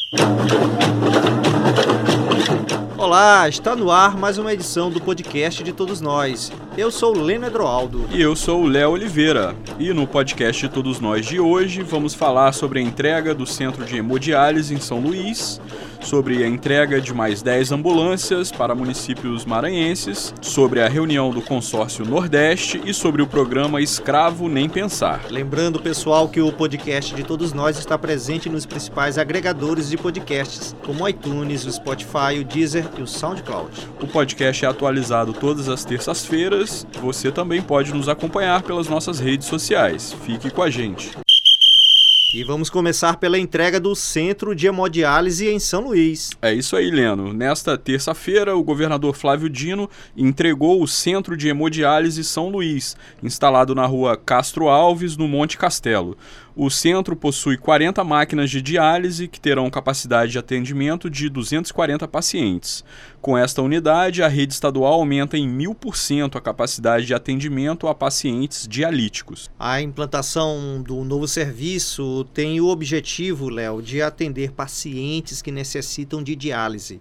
Olá, está no ar mais uma edição do podcast de Todos Nós. Eu sou o Leno Edroaldo. E eu sou o Léo Oliveira. E no podcast de Todos Nós de hoje vamos falar sobre a entrega do Centro de Hemodiálise em São Luís, sobre a entrega de mais 10 ambulâncias para municípios maranhenses, sobre a reunião do Consórcio Nordeste e sobre o programa Escravo Nem Pensar. Lembrando, pessoal, que o podcast de Todos Nós está presente nos principais agregadores de podcasts, como o iTunes, o Spotify, o Deezer e o SoundCloud. O podcast é atualizado todas as terças-feiras. Você também pode nos acompanhar pelas nossas redes sociais. Fique com a gente. E vamos começar pela entrega do Centro de Hemodiálise em São Luís. É isso aí, Leno. Nesta terça-feira, o governador Flávio Dino entregou o Centro de Hemodiálise São Luís, instalado na rua Castro Alves, no Monte Castelo. O centro possui 40 máquinas de diálise que terão capacidade de atendimento de 240 pacientes. Com esta unidade, a rede estadual aumenta em 1000% a capacidade de atendimento a pacientes dialíticos. A implantação do novo serviço tem o objetivo, Léo, de atender pacientes que necessitam de diálise.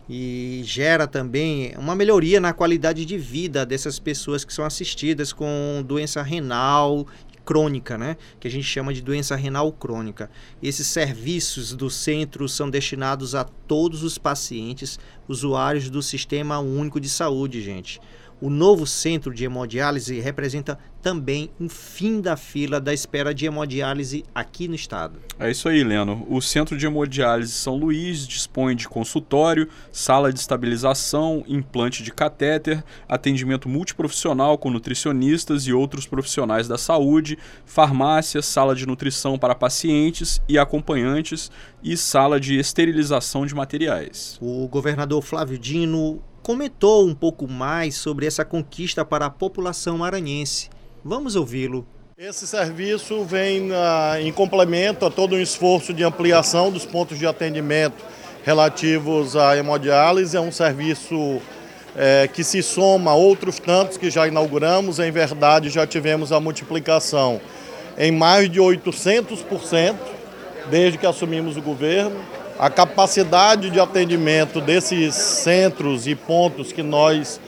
E gera também uma melhoria na qualidade de vida dessas pessoas que são assistidas com doença renal crônica, né? Que a gente chama de doença renal crônica. Esses serviços do centro são destinados a todos os pacientes usuários do Sistema Único de Saúde, gente. O novo centro de hemodiálise representa também um fim da fila da espera de hemodiálise aqui no estado. É isso aí, Leno. O Centro de Hemodiálise São Luís dispõe de consultório, sala de estabilização, implante de catéter, atendimento multiprofissional com nutricionistas e outros profissionais da saúde, farmácia, sala de nutrição para pacientes e acompanhantes e sala de esterilização de materiais. O governador Flávio Dino comentou um pouco mais sobre essa conquista para a população maranhense. Vamos ouvi-lo. Esse serviço vem em complemento a todo um esforço de ampliação dos pontos de atendimento relativos à hemodiálise. É um serviço que se soma a outros tantos que já inauguramos. Em verdade, já tivemos a multiplicação em mais de 800% desde que assumimos o governo. A capacidade de atendimento desses centros e pontos que nós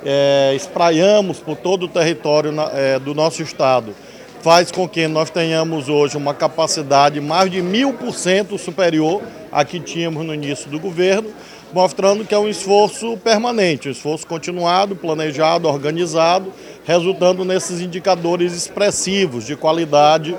espraiamos por todo o território do nosso estado faz com que nós tenhamos hoje uma capacidade mais de 1000% superior à que tínhamos no início do governo, mostrando que é um esforço permanente, um esforço continuado, planejado, organizado, resultando nesses indicadores expressivos de qualidade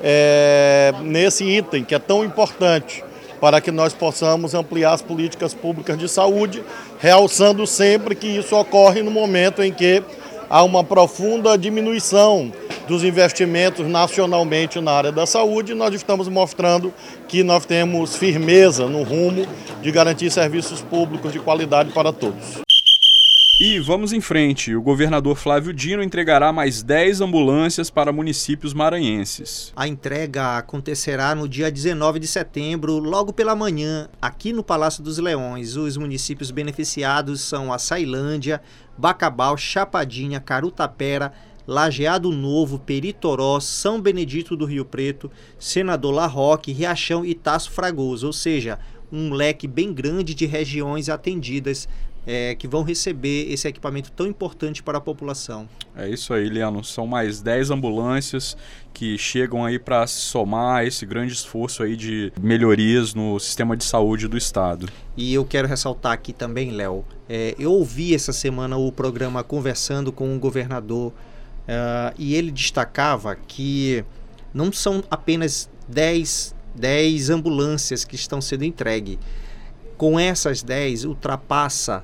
nesse item que é tão importante para que nós possamos ampliar as políticas públicas de saúde, realçando sempre que isso ocorre no momento em que há uma profunda diminuição dos investimentos nacionalmente na área da saúde. Nós estamos mostrando que nós temos firmeza no rumo de garantir serviços públicos de qualidade para todos. E vamos em frente, o governador Flávio Dino entregará mais 10 ambulâncias para municípios maranhenses. A entrega acontecerá no dia 19 de setembro, logo pela manhã, aqui no Palácio dos Leões. Os municípios beneficiados são Açailândia, Bacabal, Chapadinha, Carutapera, Lajeado Novo, Peritoró, São Benedito do Rio Preto, Senador La Roque, Riachão e Tasso Fragoso, ou seja, um leque bem grande de regiões atendidas que vão receber esse equipamento tão importante para a população. É isso aí, Liano. São mais 10 ambulâncias que chegam aí para se somar a esse grande esforço aí de melhorias no sistema de saúde do estado. E eu quero ressaltar aqui também, Léo, eu ouvi essa semana o programa Conversando com o Governador e ele destacava que não são apenas 10 ambulâncias que estão sendo entregues. Com essas 10, ultrapassa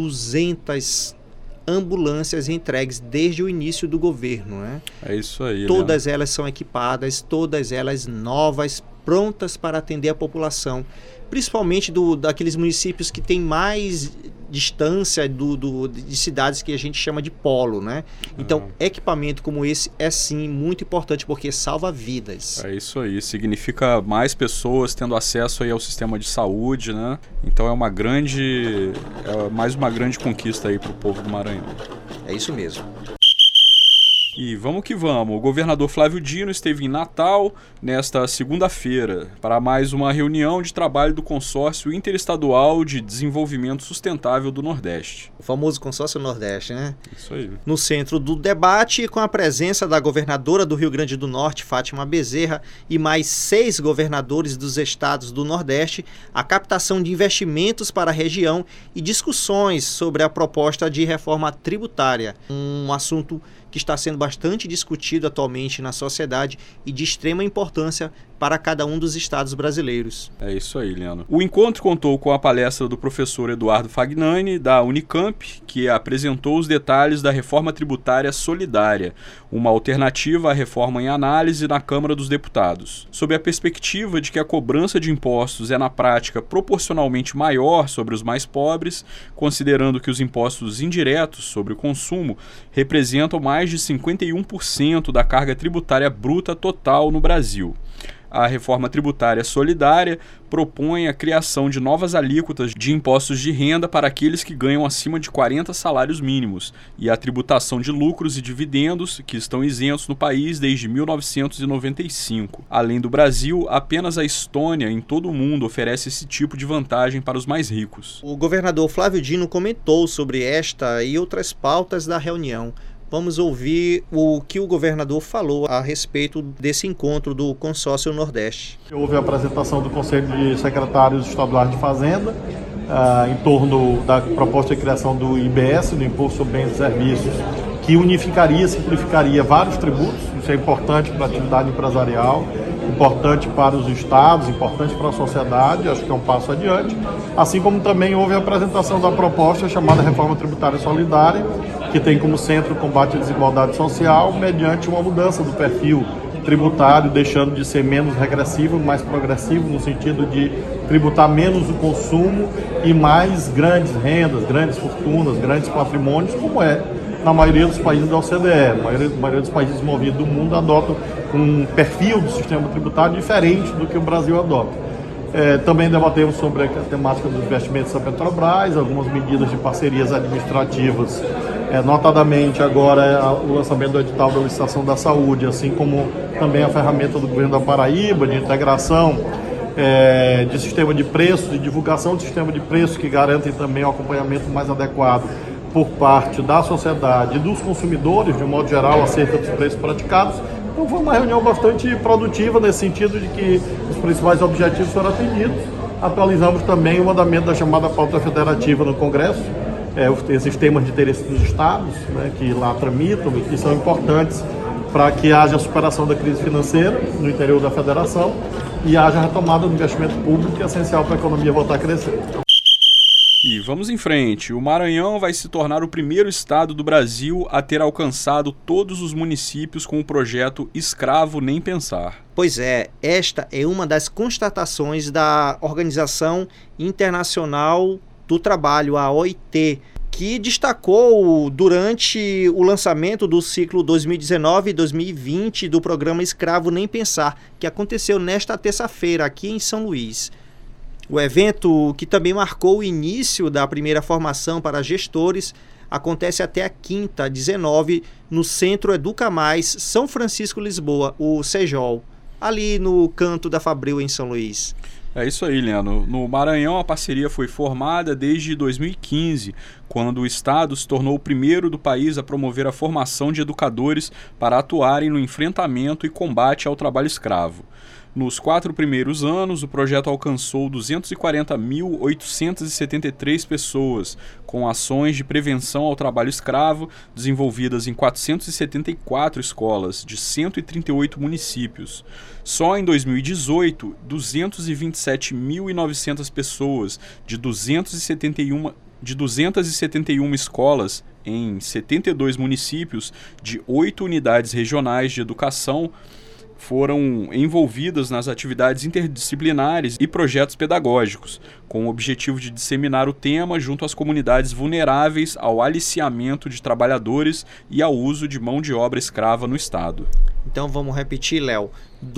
200 ambulâncias entregues desde o início do governo, né? É isso aí. Todas elas são equipadas, todas elas novas, prontas para atender a população, principalmente daqueles municípios que têm mais distância de cidades que a gente chama de polo, né? Então, equipamento como esse é sim muito importante porque salva vidas. É isso aí, significa mais pessoas tendo acesso aí ao sistema de saúde, né? Então é mais uma grande conquista aí para o povo do Maranhão. É isso mesmo. E vamos que vamos. O governador Flávio Dino esteve em Natal nesta segunda-feira para mais uma reunião de trabalho do Consórcio Interestadual de Desenvolvimento Sustentável do Nordeste. O famoso Consórcio Nordeste, né? Isso aí. No centro do debate, com a presença da governadora do Rio Grande do Norte, Fátima Bezerra, e mais 6 governadores dos estados do Nordeste, a captação de investimentos para a região e discussões sobre a proposta de reforma tributária, um assunto que está sendo bastante discutido atualmente na sociedade e de extrema importância para cada um dos estados brasileiros. É isso aí, Leandro. O encontro contou com a palestra do professor Eduardo Fagnani, da Unicamp, que apresentou os detalhes da reforma tributária solidária, uma alternativa à reforma em análise na Câmara dos Deputados. Sob a perspectiva de que a cobrança de impostos é, na prática, proporcionalmente maior sobre os mais pobres, considerando que os impostos indiretos sobre o consumo representam mais de 51% da carga tributária bruta total no Brasil. A reforma tributária solidária propõe a criação de novas alíquotas de impostos de renda para aqueles que ganham acima de 40 salários mínimos e a tributação de lucros e dividendos que estão isentos no país desde 1995. Além do Brasil, apenas a Estônia em todo o mundo oferece esse tipo de vantagem para os mais ricos. O governador Flávio Dino comentou sobre esta e outras pautas da reunião. Vamos ouvir o que o governador falou a respeito desse encontro do Consórcio Nordeste. Houve a apresentação do Conselho de Secretários Estaduais de Fazenda em torno da proposta de criação do IBS, do Imposto sobre Bens e Serviços, que unificaria, simplificaria vários tributos. Isso é importante para a atividade empresarial, importante para os estados, importante para a sociedade, acho que é um passo adiante. Assim como também houve a apresentação da proposta chamada Reforma Tributária Solidária, que tem como centro o combate à desigualdade social, mediante uma mudança do perfil tributário, deixando de ser menos regressivo, mais progressivo, no sentido de tributar menos o consumo e mais grandes rendas, grandes fortunas, grandes patrimônios, como é na maioria dos países da OCDE. A maioria dos países desenvolvidos do mundo adotam um perfil do sistema tributário diferente do que o Brasil adota. Também debatemos sobre a temática dos investimentos da Petrobras, algumas medidas de parcerias administrativas, notadamente agora o lançamento do edital da licitação da saúde, assim como também a ferramenta do governo da Paraíba de integração de sistema de preços, de divulgação de sistema de preços que garantem também o acompanhamento mais adequado por parte da sociedade e dos consumidores, de um modo geral, acerca dos preços praticados. Então foi uma reunião bastante produtiva nesse sentido de que os principais objetivos foram atendidos. Atualizamos também o andamento da chamada pauta federativa no Congresso, esses temas de interesse dos estados, né, que lá tramitam e que são importantes para que haja a superação da crise financeira no interior da federação e haja a retomada do investimento público, que é essencial para a economia voltar a crescer. E vamos em frente. O Maranhão vai se tornar o primeiro estado do Brasil a ter alcançado todos os municípios com o projeto Escravo Nem Pensar. Pois é, esta é uma das constatações da Organização Internacional do Trabalho, a OIT, que destacou durante o lançamento do ciclo 2019 e 2020 do programa Escravo Nem Pensar, que aconteceu nesta terça-feira aqui em São Luís. O evento, que também marcou o início da primeira formação para gestores, acontece até a quinta, 19, no Centro Educa Mais, São Francisco, Lisboa, o CEJOL, ali no canto da Fabril, em São Luís. É isso aí, Leandro. No Maranhão, a parceria foi formada desde 2015, quando o estado se tornou o primeiro do país a promover a formação de educadores para atuarem no enfrentamento e combate ao trabalho escravo. Nos 4 primeiros anos, o projeto alcançou 240.873 pessoas, com ações de prevenção ao trabalho escravo desenvolvidas em 474 escolas de 138 municípios. Só em 2018, 227.900 pessoas de 271 escolas em 72 municípios de 8 unidades regionais de educação foram envolvidas nas atividades interdisciplinares e projetos pedagógicos, com o objetivo de disseminar o tema junto às comunidades vulneráveis ao aliciamento de trabalhadores e ao uso de mão de obra escrava no estado. Então vamos repetir, Léo,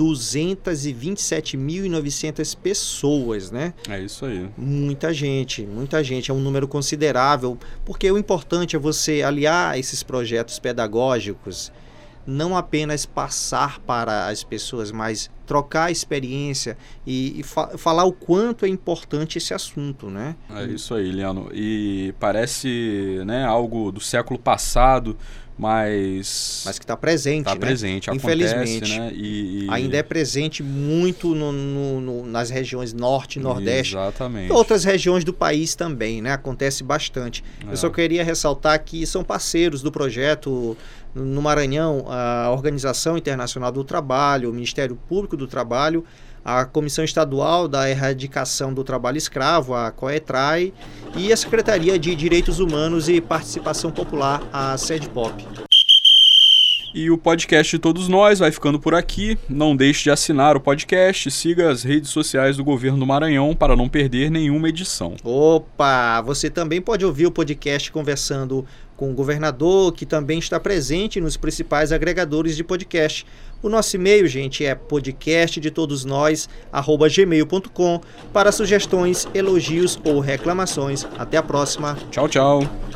227.900 pessoas, né? É isso aí. Muita gente, é um número considerável, porque o importante é você aliar esses projetos pedagógicos não apenas passar para as pessoas, mas trocar experiência e falar o quanto é importante esse assunto, né? É isso aí, Liano. E parece, né, algo do século passado, mas que está presente, tá, né? Presente, infelizmente, acontece, né? E ainda é presente muito nas regiões norte e nordeste. Exatamente. E outras regiões do país também, né? Acontece bastante. Eu só queria ressaltar que são parceiros do projeto no Maranhão, a Organização Internacional do Trabalho, o Ministério Público do Trabalho, a Comissão Estadual da Erradicação do Trabalho Escravo, a COETRAI, e a Secretaria de Direitos Humanos e Participação Popular, a SEDPOP. E o podcast de todos nós vai ficando por aqui. Não deixe de assinar o podcast, siga as redes sociais do Governo do Maranhão para não perder nenhuma edição. Opa! Você também pode ouvir o podcast conversando com o governador, que também está presente nos principais agregadores de podcast. O nosso e-mail, gente, é podcastdetodosnós@gmail.com para sugestões, elogios ou reclamações. Até a próxima. Tchau, tchau.